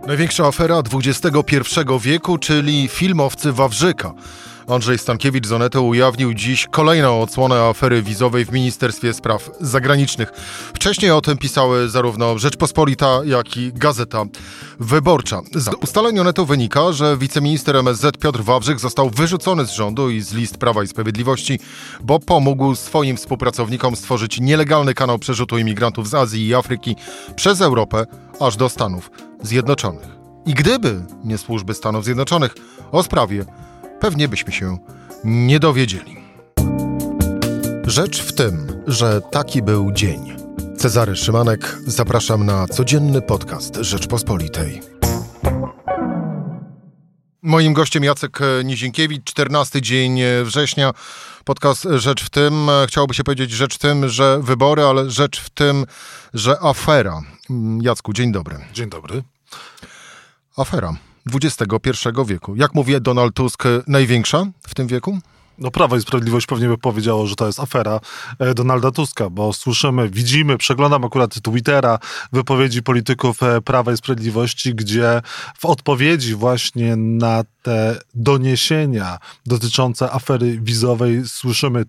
Największa afera XXI wieku, czyli filmowcy Wawrzyka. Andrzej Stankiewicz z Onetu ujawnił dziś kolejną odsłonę afery wizowej w Ministerstwie Spraw Zagranicznych. Wcześniej o tym pisały zarówno Rzeczpospolita, jak i Gazeta Wyborcza. Z ustaleń Onetu wynika, że wiceminister MSZ Piotr Wawrzyk został wyrzucony z rządu i z list Prawa i Sprawiedliwości, bo pomógł swoim współpracownikom stworzyć nielegalny kanał przerzutu imigrantów z Azji i Afryki przez Europę aż do Stanów Zjednoczonych. I gdyby nie służby Stanów Zjednoczonych, o sprawie pewnie byśmy się nie dowiedzieli. Rzecz w tym, że taki był dzień. Cezary Szymanek, zapraszam na codzienny podcast Rzeczpospolitej. Moim gościem Jacek Nizinkiewicz, 14 dzień września, podcast Rzecz w tym. Chciałoby się powiedzieć rzecz w tym, że wybory, ale rzecz w tym, że afera. Jacku, dzień dobry. Dzień dobry. Afera XXI wieku. Jak mówi Donald Tusk, największa w tym wieku? No Prawo i Sprawiedliwość pewnie by powiedziało, że to jest afera Donalda Tuska, bo słyszymy, widzimy, przeglądam akurat Twittera, wypowiedzi polityków Prawa i Sprawiedliwości, gdzie w odpowiedzi właśnie na te doniesienia dotyczące afery wizowej słyszymy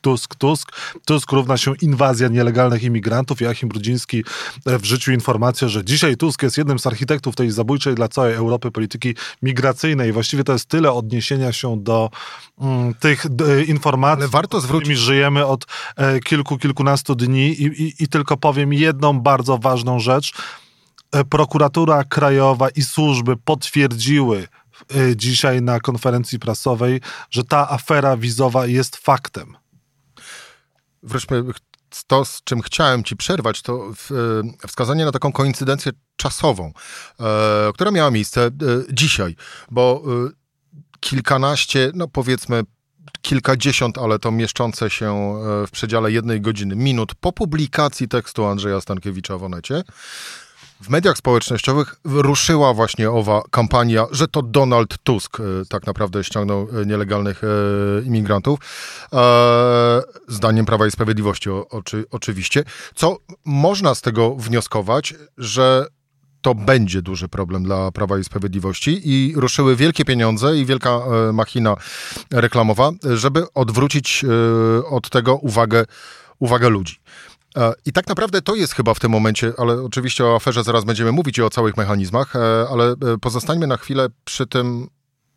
Tusk równa się inwazja nielegalnych imigrantów. Joachim Brudziński wrzucił informację, że dzisiaj Tusk jest jednym z architektów tej zabójczej dla całej Europy polityki migracyjnej. Właściwie to jest tyle odniesienia się do tych informacji, ale warto zwrócić, którymi żyjemy od kilkunastu dni i tylko powiem jedną bardzo ważną rzecz. Prokuratura Krajowa i służby potwierdziły dzisiaj na konferencji prasowej, że ta afera wizowa jest faktem. Wróćmy, to z czym chciałem ci przerwać, to wskazanie na taką koincydencję czasową, która miała miejsce dzisiaj, bo kilkanaście, no powiedzmy kilkadziesiąt, ale to mieszczące się w przedziale 1 godziny minut po publikacji tekstu Andrzeja Stankiewicza w Onecie, w mediach społecznościowych ruszyła właśnie owa kampania, że to Donald Tusk tak naprawdę ściągnął nielegalnych imigrantów. Zdaniem Prawa i Sprawiedliwości oczywiście. Co można z tego wnioskować, że to będzie duży problem dla Prawa i Sprawiedliwości i ruszyły wielkie pieniądze i wielka machina reklamowa, żeby odwrócić od tego uwagę ludzi. I tak naprawdę to jest chyba w tym momencie, ale oczywiście o aferze zaraz będziemy mówić i o całych mechanizmach, ale pozostańmy na chwilę przy tym,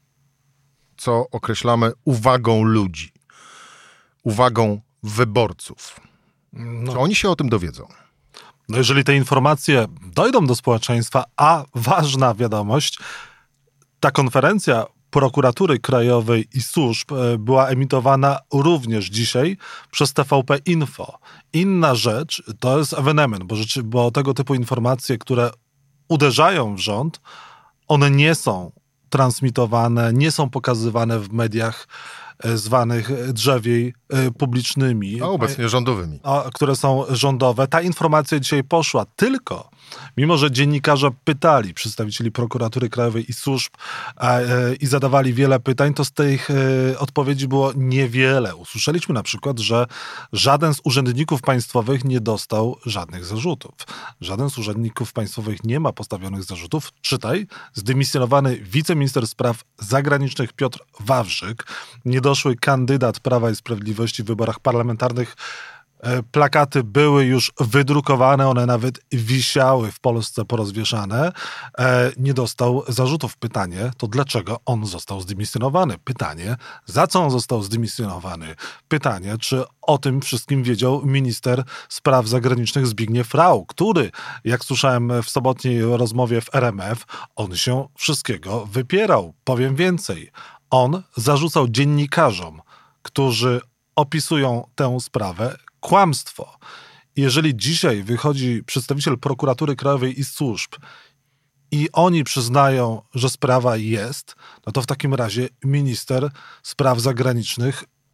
co określamy uwagą ludzi, uwagą wyborców. Czy oni się o tym dowiedzą? No jeżeli te informacje dojdą do społeczeństwa, a ważna wiadomość, ta konferencja Prokuratury Krajowej i służb była emitowana również dzisiaj przez TVP Info. Inna rzecz to jest ewenement, bo tego typu informacje, które uderzają w rząd, one nie są transmitowane, nie są pokazywane w mediach zwanych drzewiej publicznymi. A obecnie rządowymi. Które są rządowe. Ta informacja dzisiaj poszła tylko, mimo że dziennikarze pytali przedstawicieli Prokuratury Krajowej i służb i zadawali wiele pytań, to z tych odpowiedzi było niewiele. Usłyszeliśmy na przykład, że żaden z urzędników państwowych nie dostał żadnych zarzutów. Żaden z urzędników państwowych nie ma postawionych zarzutów. Czytaj, zdymisjonowany wiceminister spraw zagranicznych Piotr Wawrzyk, niedoszły kandydat Prawa i Sprawiedliwości w wyborach parlamentarnych. Plakaty były już wydrukowane, one nawet wisiały w Polsce porozwieszane. Nie dostał zarzutów. Pytanie, to dlaczego on został zdymisjonowany? Pytanie, za co on został zdymisjonowany? Pytanie, czy o tym wszystkim wiedział minister spraw zagranicznych Zbigniew Rau, który, jak słyszałem w sobotniej rozmowie w RMF, on się wszystkiego wypierał. Powiem więcej. On zarzucał dziennikarzom, którzy opisują tę sprawę, kłamstwo. Jeżeli dzisiaj wychodzi przedstawiciel Prokuratury Krajowej i służb i oni przyznają, że sprawa jest, no to w takim razie minister spraw zagranicznych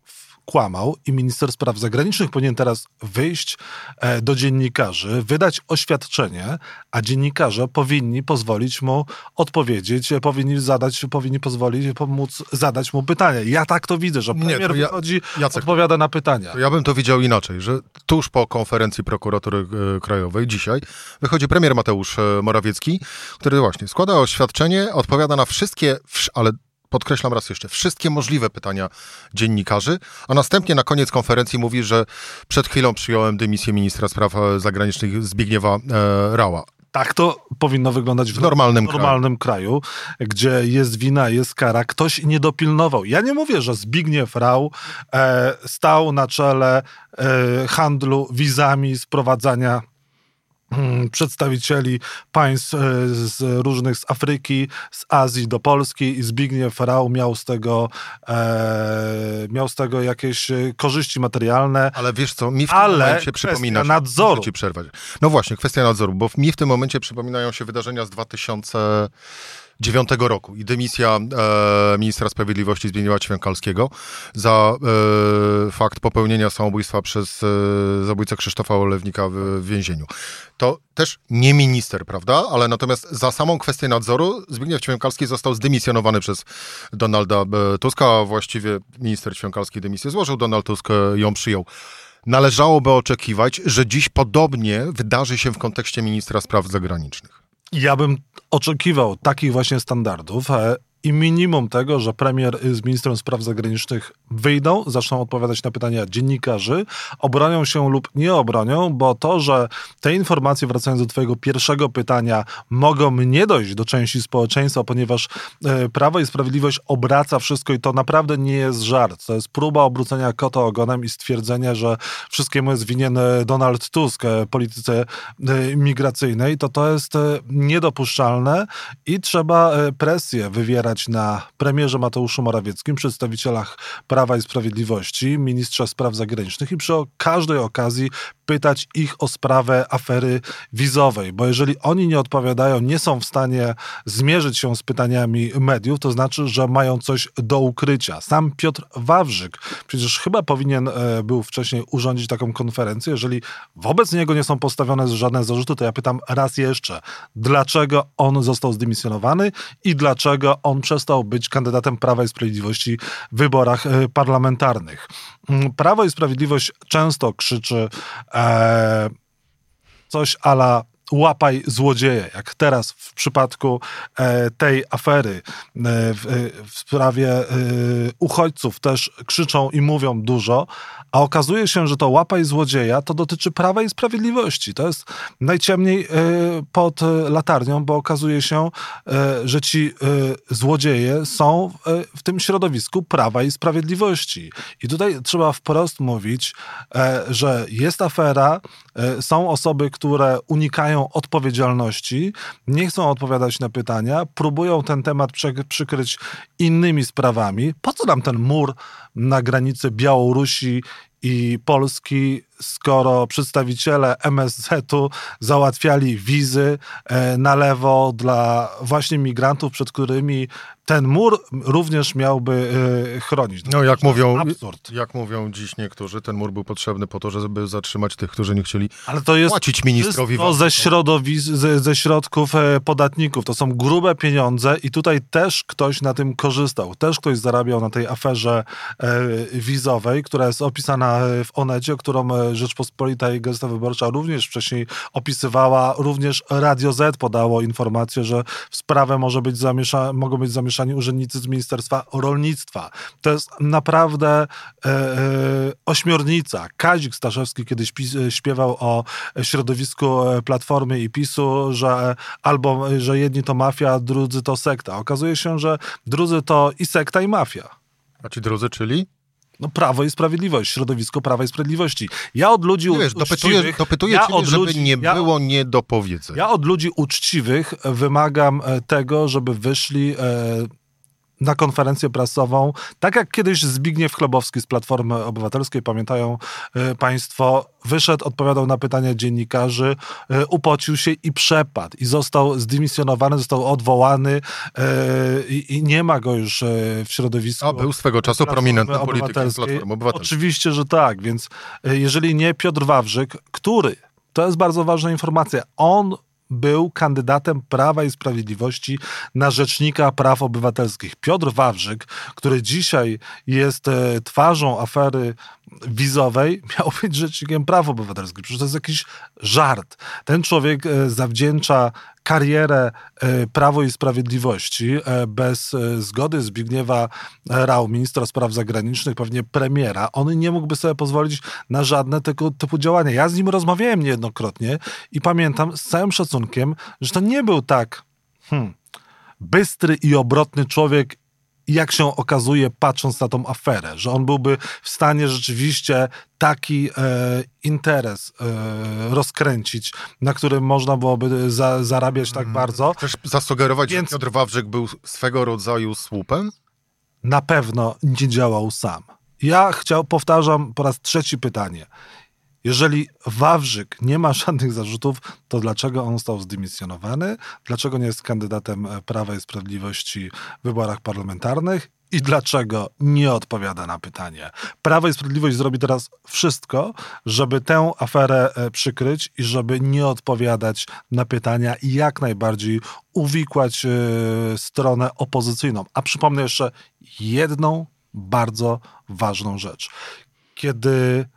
kłamał i minister spraw zagranicznych powinien teraz wyjść do dziennikarzy, wydać oświadczenie, a dziennikarze powinni pozwolić mu odpowiedzieć, powinni pomóc zadać mu pytanie. Ja tak to widzę, że premier wychodzi, Jacek, odpowiada na pytania. Ja bym to widział inaczej, że tuż po konferencji prokuratury krajowej dzisiaj wychodzi premier Mateusz Morawiecki, który właśnie składa oświadczenie, odpowiada na wszystkie, ale podkreślam raz jeszcze, wszystkie możliwe pytania dziennikarzy, a następnie na koniec konferencji mówi, że przed chwilą przyjąłem dymisję ministra spraw zagranicznych Zbigniewa Raua. Tak to powinno wyglądać w normalnym kraju, gdzie jest wina, jest kara. Ktoś nie dopilnował. Ja nie mówię, że Zbigniew Rau stał na czele handlu wizami, sprowadzania przedstawicieli państw różnych z Afryki, z Azji do Polski i Zbigniew Rau miał z tego jakieś korzyści materialne. Ale wiesz co, mi w tym momencie przypomina się... nadzoru. Ci przerwać. No właśnie, kwestia nadzoru, bo mi w tym momencie przypominają się wydarzenia z 2009 roku i dymisja ministra sprawiedliwości Zbigniewa Ćwiąkalskiego za fakt popełnienia samobójstwa przez zabójcę Krzysztofa Olewnika w więzieniu. To też nie minister, prawda? Ale natomiast za samą kwestię nadzoru Zbigniew Ćwiąkalski został zdymisjonowany przez Donalda Tuska, a właściwie minister Ćwiąkalski dymisję złożył, Donald Tusk ją przyjął. Należałoby oczekiwać, że dziś podobnie wydarzy się w kontekście ministra spraw zagranicznych. Ja bym oczekiwał takich właśnie standardów i minimum tego, że premier z ministrem spraw zagranicznych wyjdą, zaczną odpowiadać na pytania dziennikarzy, obronią się lub nie obronią, bo to, że te informacje, wracając do twojego pierwszego pytania, mogą nie dojść do części społeczeństwa, ponieważ Prawo i Sprawiedliwość obraca wszystko i to naprawdę nie jest żart. To jest próba obrócenia kota ogonem i stwierdzenia, że wszystkiemu jest winien Donald Tusk, polityce migracyjnej, to jest niedopuszczalne i trzeba presję wywierać na premierze Mateuszu Morawieckim, przedstawicielach Prawa i Sprawiedliwości, ministrze spraw zagranicznych i przy każdej okazji pytać ich o sprawę afery wizowej, bo jeżeli oni nie odpowiadają, nie są w stanie zmierzyć się z pytaniami mediów, to znaczy, że mają coś do ukrycia. Sam Piotr Wawrzyk przecież chyba powinien był wcześniej urządzić taką konferencję. Jeżeli wobec niego nie są postawione żadne zarzuty, to ja pytam raz jeszcze, dlaczego on został zdymisjonowany i dlaczego on przestał być kandydatem Prawa i Sprawiedliwości w wyborach parlamentarnych. Prawo i Sprawiedliwość często krzyczy coś a la łapaj złodzieje, jak teraz w przypadku tej afery w sprawie uchodźców też krzyczą i mówią dużo, a okazuje się, że to łapaj złodzieja to dotyczy Prawa i Sprawiedliwości. To jest najciemniej pod latarnią, bo okazuje się, że ci złodzieje są w tym środowisku Prawa i Sprawiedliwości. I tutaj trzeba wprost mówić, że jest afera, są osoby, które unikają odpowiedzialności, nie chcą odpowiadać na pytania, próbują ten temat przykryć innymi sprawami. Po co nam ten mur na granicy Białorusi i Polski, skoro przedstawiciele MSZ-u załatwiali wizy na lewo dla właśnie migrantów, przed którymi ten mur również miałby chronić. No jak mówią dziś niektórzy, ten mur był potrzebny po to, żeby zatrzymać tych, którzy nie chcieli płacić ministrowi. To ze środków podatników. To są grube pieniądze i tutaj też ktoś na tym korzystał. Też ktoś zarabiał na tej aferze wizowej, która jest opisana w Onecie, którą Rzeczpospolita i Gazeta Wyborcza również wcześniej opisywała. Również Radio Z podało informację, że w sprawę mogą być zamieszani urzędnicy z Ministerstwa Rolnictwa. To jest naprawdę ośmiornica. Kazik Staszewski kiedyś śpiewał o środowisku Platformy i PiS-u, że jedni to mafia, a drudzy to sekta. Okazuje się, że drudzy to i sekta, i mafia. A ci drudzy, czyli? No Prawo i Sprawiedliwość, środowisko Prawa i Sprawiedliwości. Ja od ludzi uczciwych... Dopytuję ciebie, żeby nie było niedopowiedzeń. Ja od ludzi uczciwych wymagam tego, żeby wyszli na konferencję prasową, tak jak kiedyś Zbigniew Chlebowski z Platformy Obywatelskiej, pamiętają państwo, wyszedł, odpowiadał na pytania dziennikarzy, upocił się i przepadł. I został zdymisjonowany, został odwołany i nie ma go już w środowisku. A był swego czasu prominentnym politykiem Platformy Obywatelskiej. Oczywiście, że tak, więc jeżeli nie Piotr Wawrzyk, który, to jest bardzo ważna informacja, on był kandydatem Prawa i Sprawiedliwości na rzecznika praw obywatelskich. Piotr Wawrzyk, który dzisiaj jest twarzą afery wizowej, miał być rzecznikiem praw obywatelskich. Przecież to jest jakiś żart. Ten człowiek zawdzięcza karierę Prawo i Sprawiedliwości bez zgody Zbigniewa Rau, ministra spraw zagranicznych, pewnie premiera. On nie mógłby sobie pozwolić na żadne tego typu działania. Ja z nim rozmawiałem niejednokrotnie i pamiętam z całym szacunkiem, że to nie był tak bystry i obrotny człowiek, jak się okazuje, patrząc na tą aferę, że on byłby w stanie rzeczywiście taki interes rozkręcić, na którym można byłoby zarabiać tak bardzo. Chcesz zasugerować, że Piotr Wawrzyk był swego rodzaju słupem? Na pewno nie działał sam. Ja powtarzam po raz trzeci pytanie. Jeżeli Wawrzyk nie ma żadnych zarzutów, to dlaczego on został zdymisjonowany? Dlaczego nie jest kandydatem Prawa i Sprawiedliwości w wyborach parlamentarnych? I dlaczego nie odpowiada na pytanie? Prawo i Sprawiedliwość zrobi teraz wszystko, żeby tę aferę przykryć i żeby nie odpowiadać na pytania i jak najbardziej uwikłać stronę opozycyjną. A przypomnę jeszcze jedną bardzo ważną rzecz. Kiedy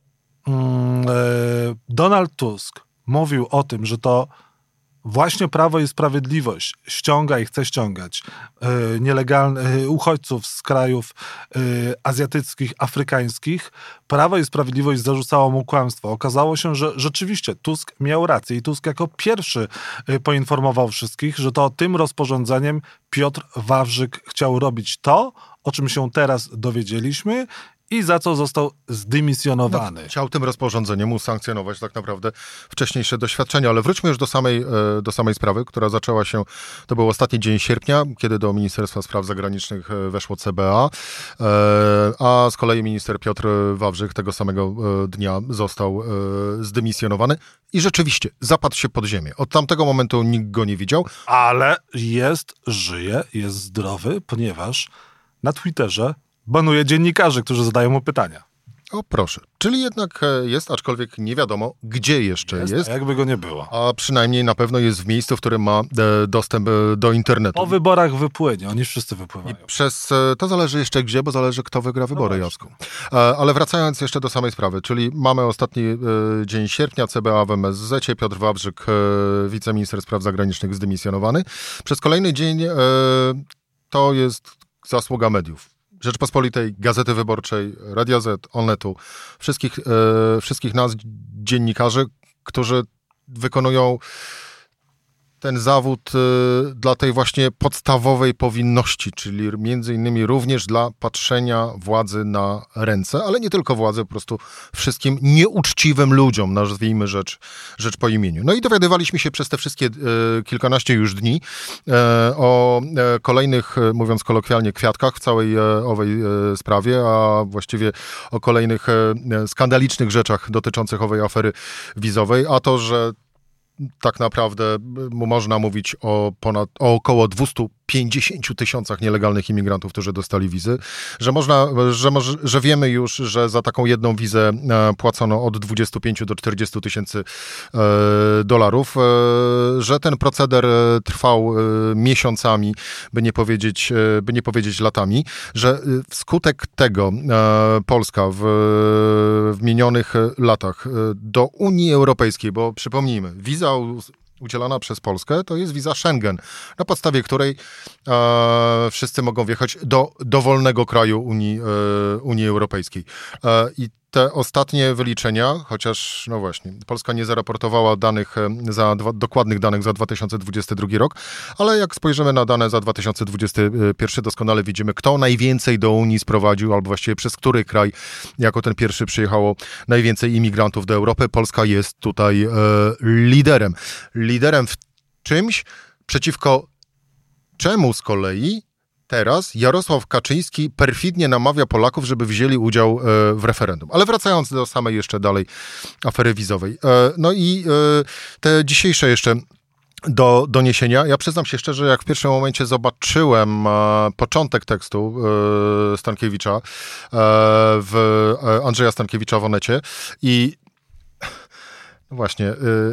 Donald Tusk mówił o tym, że to właśnie Prawo i Sprawiedliwość ściąga i chce ściągać nielegalnych uchodźców z krajów azjatyckich, afrykańskich, Prawo i Sprawiedliwość zarzucało mu kłamstwo. Okazało się, że rzeczywiście Tusk miał rację i Tusk jako pierwszy poinformował wszystkich, że to tym rozporządzeniem Piotr Wawrzyk chciał robić to, o czym się teraz dowiedzieliśmy, i za co został zdymisjonowany. Chciał tym rozporządzeniem usankcjonować tak naprawdę wcześniejsze doświadczenia, ale wróćmy już do samej sprawy, która zaczęła się, to był ostatni dzień sierpnia, kiedy do Ministerstwa Spraw Zagranicznych weszło CBA, a z kolei minister Piotr Wawrzyk tego samego dnia został zdymisjonowany i rzeczywiście zapadł się pod ziemię. Od tamtego momentu nikt go nie widział. Ale żyje, jest zdrowy, ponieważ na Twitterze banuje dziennikarzy, którzy zadają mu pytania. O proszę. Czyli jednak jest, aczkolwiek nie wiadomo, gdzie jeszcze jest. Jakby go nie było. A przynajmniej na pewno jest w miejscu, w którym ma dostęp do internetu. Po wyborach wypłynie. Oni wszyscy wypływają. To zależy jeszcze gdzie, bo zależy kto wygra wybory, Jacku. Ale wracając jeszcze do samej sprawy, czyli mamy ostatni dzień sierpnia, CBA w MSZ, Piotr Wawrzyk, wiceminister spraw zagranicznych, zdymisjonowany. Przez kolejny dzień to jest zasługa mediów. Rzeczpospolitej, Gazety Wyborczej, Radia Z, Onetu, wszystkich nas, dziennikarzy, którzy wykonują ten zawód dla tej właśnie podstawowej powinności, czyli między innymi również dla patrzenia władzy na ręce, ale nie tylko władzy, po prostu wszystkim nieuczciwym ludziom, nazwijmy rzecz po imieniu. No i dowiadywaliśmy się przez te wszystkie kilkanaście już dni o kolejnych, mówiąc kolokwialnie, kwiatkach w całej owej sprawie, a właściwie o kolejnych skandalicznych rzeczach dotyczących owej afery wizowej, a to, że tak naprawdę można mówić o około 250 tysiącach nielegalnych imigrantów, którzy dostali wizy, że wiemy już, że za taką jedną wizę płacono od 25 do 40 tysięcy dolarów, że ten proceder trwał miesiącami, by nie powiedzieć latami, że wskutek tego Polska w minionych latach do Unii Europejskiej, bo przypomnijmy, wiza udzielana przez Polskę to jest wiza Schengen, na podstawie której wszyscy mogą wjechać do dowolnego kraju Unii Europejskiej. I te ostatnie wyliczenia, chociaż no właśnie, Polska nie zaraportowała dokładnych danych za 2022 rok, ale jak spojrzymy na dane za 2021, doskonale widzimy, kto najwięcej do Unii sprowadził, albo właściwie przez który kraj jako ten pierwszy przyjechało najwięcej imigrantów do Europy. Polska jest tutaj liderem. Liderem w czymś, przeciwko czemu z kolei teraz Jarosław Kaczyński perfidnie namawia Polaków, żeby wzięli udział w referendum. Ale wracając do samej jeszcze dalej afery wizowej. No i te dzisiejsze jeszcze doniesienia. Ja przyznam się szczerze, jak w pierwszym momencie zobaczyłem początek tekstu Stankiewicza Andrzeja Stankiewicza w Onecie i no właśnie...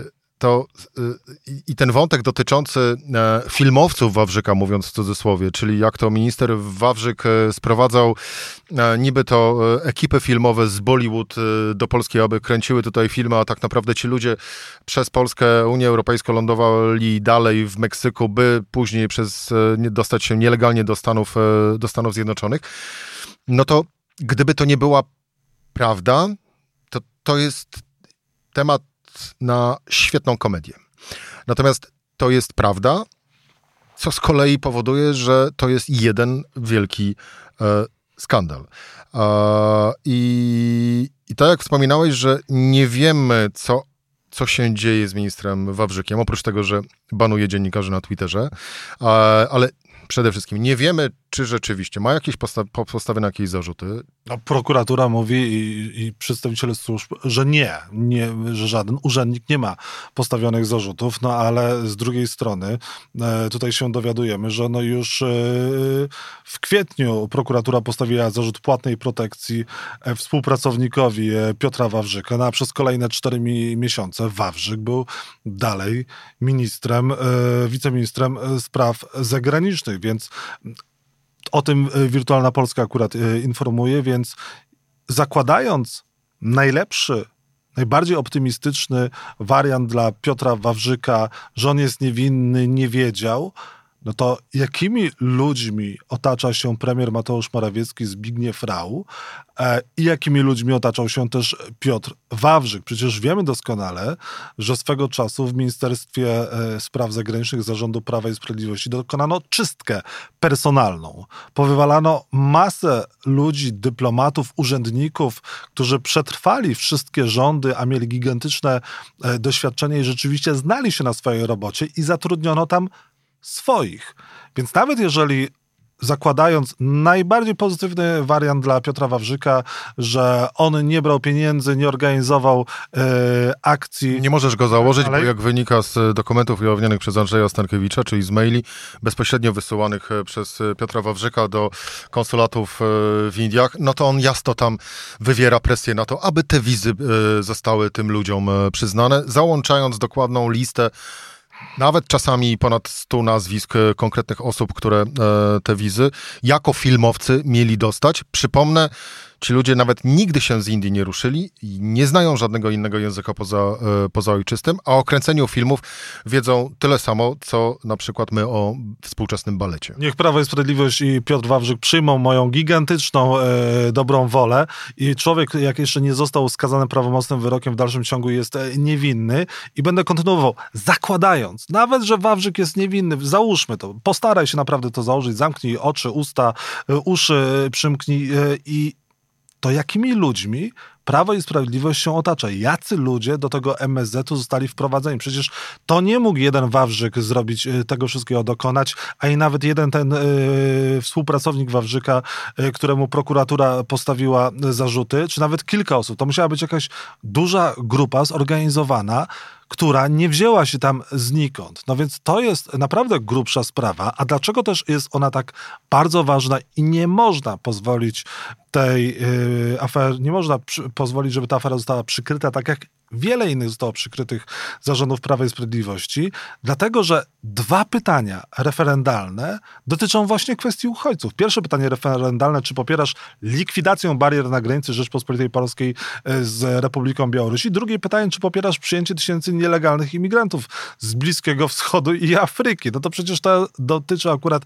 I ten wątek dotyczący filmowców Wawrzyka, mówiąc w cudzysłowie, czyli jak to minister Wawrzyk sprowadzał niby to ekipy filmowe z Bollywood do Polski, aby kręciły tutaj filmy, a tak naprawdę ci ludzie przez Polskę, Unię Europejską lądowali dalej w Meksyku, by później dostać się nielegalnie do Stanów Zjednoczonych. No to gdyby to nie była prawda, to jest temat na świetną komedię. Natomiast to jest prawda, co z kolei powoduje, że to jest jeden wielki skandal. I tak jak wspominałeś, że nie wiemy, co się dzieje z ministrem Wawrzykiem, oprócz tego, że banuje dziennikarzy na Twitterze, ale przede wszystkim nie wiemy, czy rzeczywiście ma jakieś postawione jakieś zarzuty. No, prokuratura mówi i przedstawiciele służb, że nie, że żaden urzędnik nie ma postawionych zarzutów, no ale z drugiej strony tutaj się dowiadujemy, że no już w kwietniu prokuratura postawiła zarzut płatnej protekcji współpracownikowi Piotra Wawrzyka, no a przez kolejne 4 miesiące Wawrzyk był dalej wiceministrem spraw zagranicznych, więc o tym Wirtualna Polska akurat informuje, więc zakładając najbardziej optymistyczny wariant dla Piotra Wawrzyka, że on jest niewinny, nie wiedział, no to jakimi ludźmi otacza się premier Mateusz Morawiecki, Zbigniew Rau i jakimi ludźmi otaczał się też Piotr Wawrzyk? Przecież wiemy doskonale, że swego czasu w Ministerstwie Spraw Zagranicznych Zarządu Prawa i Sprawiedliwości dokonano czystkę personalną. Powywalano masę ludzi, dyplomatów, urzędników, którzy przetrwali wszystkie rządy, a mieli gigantyczne doświadczenie i rzeczywiście znali się na swojej robocie i zatrudniono tam swoich. Więc nawet jeżeli zakładając najbardziej pozytywny wariant dla Piotra Wawrzyka, że on nie brał pieniędzy, nie organizował akcji. Nie możesz go założyć, bo jak wynika z dokumentów ujawnionych przez Andrzeja Stankiewicza, czyli z maili bezpośrednio wysyłanych przez Piotra Wawrzyka do konsulatów w Indiach, no to on jasno tam wywiera presję na to, aby te wizy zostały tym ludziom przyznane, załączając dokładną listę nawet czasami ponad 100 nazwisk konkretnych osób, które te wizy jako filmowcy mieli dostać. Przypomnę, ci ludzie nawet nigdy się z Indii nie ruszyli i nie znają żadnego innego języka poza ojczystym, a o kręceniu filmów wiedzą tyle samo, co na przykład my o współczesnym balecie. Niech Prawo i Sprawiedliwość i Piotr Wawrzyk przyjmą moją gigantyczną dobrą wolę i człowiek, jak jeszcze nie został skazany prawomocnym wyrokiem, w dalszym ciągu jest niewinny i będę kontynuował, zakładając, nawet, że Wawrzyk jest niewinny, załóżmy to, postaraj się naprawdę to założyć, zamknij oczy, usta, uszy przymknij i to jakimi ludźmi Prawo i Sprawiedliwość się otacza? Jacy ludzie do tego MSZ-u zostali wprowadzeni? Przecież to nie mógł jeden Wawrzyk zrobić, tego wszystkiego dokonać, a i nawet jeden ten współpracownik Wawrzyka, któremu prokuratura postawiła zarzuty, czy nawet kilka osób. To musiała być jakaś duża grupa zorganizowana, która nie wzięła się tam znikąd. No więc to jest naprawdę grubsza sprawa. A dlaczego też jest ona tak bardzo ważna i nie można pozwolić tej afery, nie można pozwolić, żeby ta afera została przykryta tak jak wiele innych zostało przykrytych zarządów Prawa i Sprawiedliwości, dlatego, że 2 pytania referendalne dotyczą właśnie kwestii uchodźców. Pierwsze pytanie referendalne, czy popierasz likwidację barier na granicy Rzeczpospolitej Polskiej z Republiką Białorusi? Drugie pytanie, czy popierasz przyjęcie tysięcy nielegalnych imigrantów z Bliskiego Wschodu i Afryki? No to przecież to dotyczy akurat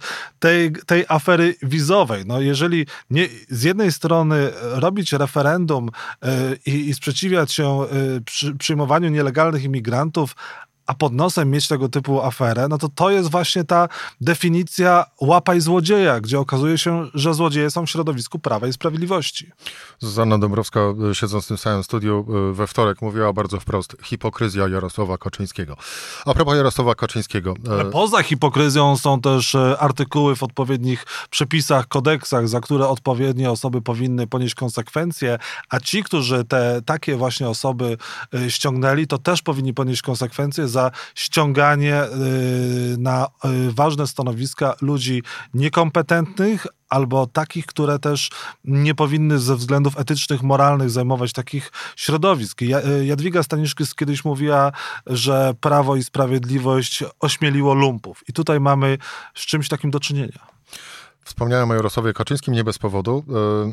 tej afery wizowej. No jeżeli nie, z jednej strony robić referendum i sprzeciwiać się przyjmowaniu nielegalnych imigrantów, a pod nosem mieć tego typu aferę, no to jest właśnie ta definicja łapaj złodzieja, gdzie okazuje się, że złodzieje są w środowisku Prawa i Sprawiedliwości. Zuzanna Dąbrowska, siedząc w tym samym studiu we wtorek, mówiła bardzo wprost: hipokryzja Jarosława Kaczyńskiego. A propos Jarosława Kaczyńskiego. Ale poza hipokryzją są też artykuły w odpowiednich przepisach, kodeksach, za które odpowiednie osoby powinny ponieść konsekwencje, a ci, którzy takie właśnie osoby ściągnęli, to też powinni ponieść konsekwencje za ściąganie na ważne stanowiska ludzi niekompetentnych, albo takich, które też nie powinny ze względów etycznych, moralnych zajmować takich środowisk. Jadwiga Staniszkis kiedyś mówiła, że Prawo i Sprawiedliwość ośmieliło lumpów. I tutaj mamy z czymś takim do czynienia. Wspomniałem o Jarosławie Kaczyńskim nie bez powodu.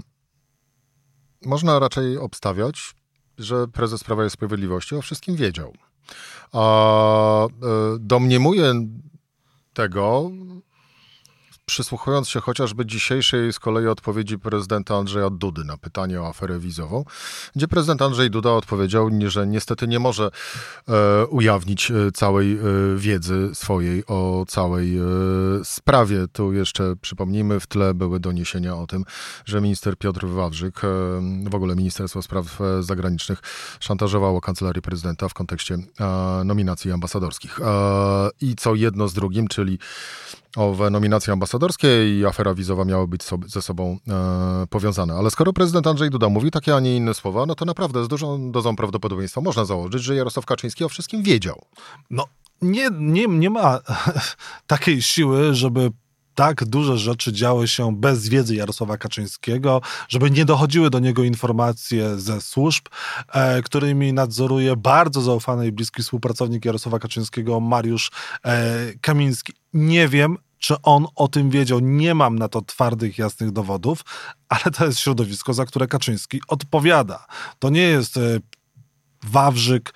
Można raczej obstawiać, że prezes Prawa i Sprawiedliwości o wszystkim wiedział. A domniemuję tego, przysłuchując się chociażby dzisiejszej z kolei odpowiedzi prezydenta Andrzeja Dudy na pytanie o aferę wizową, gdzie prezydent Andrzej Duda odpowiedział, że niestety nie może ujawnić całej wiedzy swojej o całej sprawie. Tu jeszcze przypomnijmy, w tle były doniesienia o tym, że minister Piotr Wawrzyk, w ogóle Ministerstwo Spraw Zagranicznych, szantażowało kancelarię prezydenta w kontekście nominacji ambasadorskich. I co jedno z drugim, czyli owe nominacje ambasadorskie i afera wizowa miały być ze sobą powiązane. Ale skoro prezydent Andrzej Duda mówi takie, a nie inne słowa, no to naprawdę z dużą dozą prawdopodobieństwa można założyć, że Jarosław Kaczyński o wszystkim wiedział. No, nie ma takiej siły, żeby tak duże rzeczy działy się bez wiedzy Jarosława Kaczyńskiego, żeby nie dochodziły do niego informacje ze służb, którymi nadzoruje bardzo zaufany i bliski współpracownik Jarosława Kaczyńskiego, Mariusz Kamiński. Nie wiem, czy on o tym wiedział. Nie mam na to twardych, jasnych dowodów, ale to jest środowisko, za które Kaczyński odpowiada. To nie jest Wawrzyk,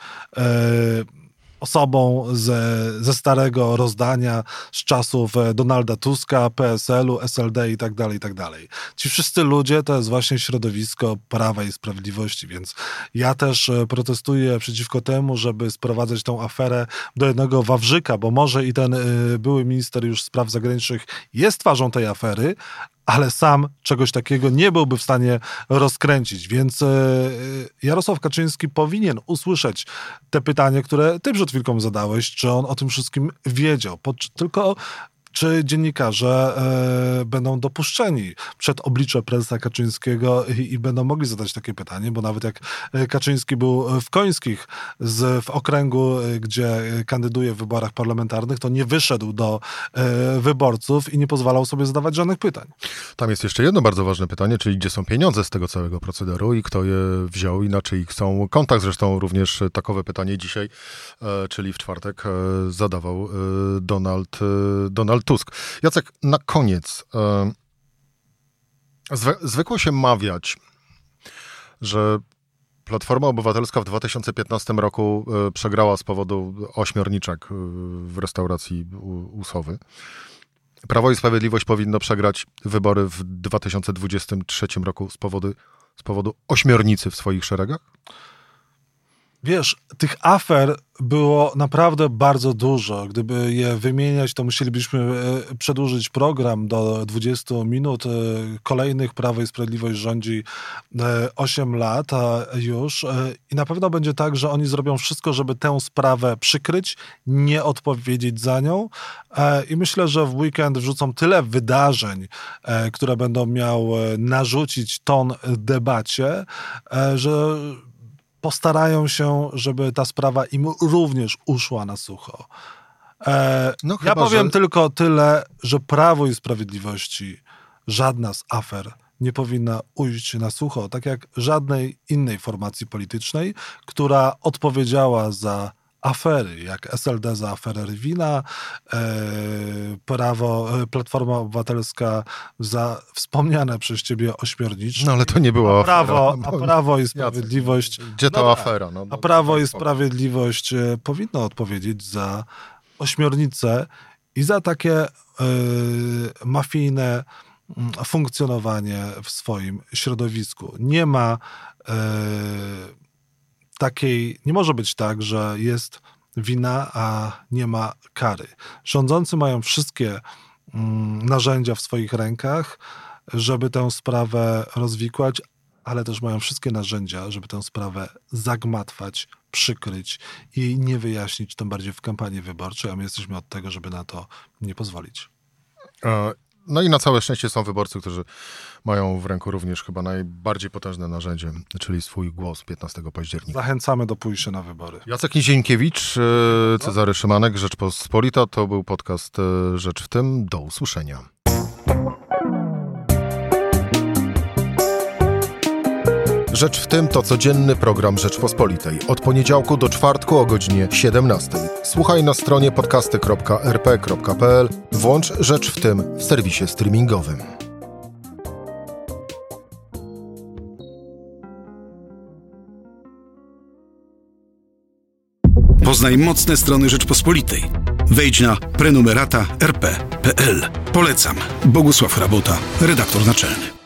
osobą ze starego rozdania, z czasów Donalda Tuska, PSL-u, SLD i tak dalej, i tak dalej. Ci wszyscy ludzie to jest właśnie środowisko Prawa i Sprawiedliwości, więc ja też protestuję przeciwko temu, żeby sprowadzać tą aferę do jednego Wawrzyka, bo może i ten były minister już spraw zagranicznych jest twarzą tej afery, ale sam czegoś takiego nie byłby w stanie rozkręcić. Więc Jarosław Kaczyński powinien usłyszeć te pytanie, które ty przed chwilką zadałeś, czy on o tym wszystkim wiedział. Tylko czy dziennikarze będą dopuszczeni przed oblicze prezesa Kaczyńskiego i będą mogli zadać takie pytanie, bo nawet jak Kaczyński był w Końskich w okręgu, gdzie kandyduje w wyborach parlamentarnych, to nie wyszedł do wyborców i nie pozwalał sobie zadawać żadnych pytań. Tam jest jeszcze jedno bardzo ważne pytanie, czyli gdzie są pieniądze z tego całego procederu i kto je wziął i na czyich są kontach. Zresztą również takowe pytanie dzisiaj, czyli w czwartek, zadawał Donald Tusk. Jacek, na koniec. Zwykło się mawiać, że Platforma Obywatelska w 2015 roku przegrała z powodu ośmiorniczek w restauracji u Sowy. Prawo i Sprawiedliwość powinno przegrać wybory w 2023 roku z powodu ośmiornicy w swoich szeregach? Wiesz, tych afer było naprawdę bardzo dużo. Gdyby je wymieniać, to musielibyśmy przedłużyć program do 20 minut. Kolejnych Prawo i Sprawiedliwość rządzi 8 lat już i na pewno będzie tak, że oni zrobią wszystko, żeby tę sprawę przykryć, nie odpowiedzieć za nią i myślę, że w weekend wrzucą tyle wydarzeń, które będą miały narzucić ton debacie, że postarają się, żeby ta sprawa im również uszła na sucho. Ja powiem tylko tyle, że Prawo i Sprawiedliwości żadna z afer nie powinna ujść na sucho, tak jak żadnej innej formacji politycznej, która odpowiedziała za afery, jak SLD za aferę Rywina, Platforma Obywatelska za wspomniane przez ciebie ośmiorniczki. No ale to nie było afera. A Prawo i Sprawiedliwość... Gdzie to afera? A Prawo i Sprawiedliwość powinno odpowiedzieć za ośmiornicę i za takie mafijne funkcjonowanie w swoim środowisku. Nie ma nie może być tak, że jest wina, a nie ma kary. Rządzący mają wszystkie narzędzia w swoich rękach, żeby tę sprawę rozwikłać, ale też mają wszystkie narzędzia, żeby tę sprawę zagmatwać, przykryć i nie wyjaśnić, tym bardziej w kampanii wyborczej, a my jesteśmy od tego, żeby na to nie pozwolić. No i na całe szczęście są wyborcy, którzy mają w ręku również chyba najbardziej potężne narzędzie, czyli swój głos 15 października. Zachęcamy do pójścia na wybory. Jacek Nizienkiewicz, Cezary Szymanek, Rzeczpospolita. To był podcast Rzecz w tym. Do usłyszenia. Rzecz w tym to codzienny program Rzeczpospolitej. Od poniedziałku do czwartku o godzinie 17. Słuchaj na stronie podcasty.rp.pl. Włącz Rzecz w tym w serwisie streamingowym. Poznaj mocne strony Rzeczpospolitej. Wejdź na prenumerata.rp.pl. Polecam. Bogusław Rabota, redaktor naczelny.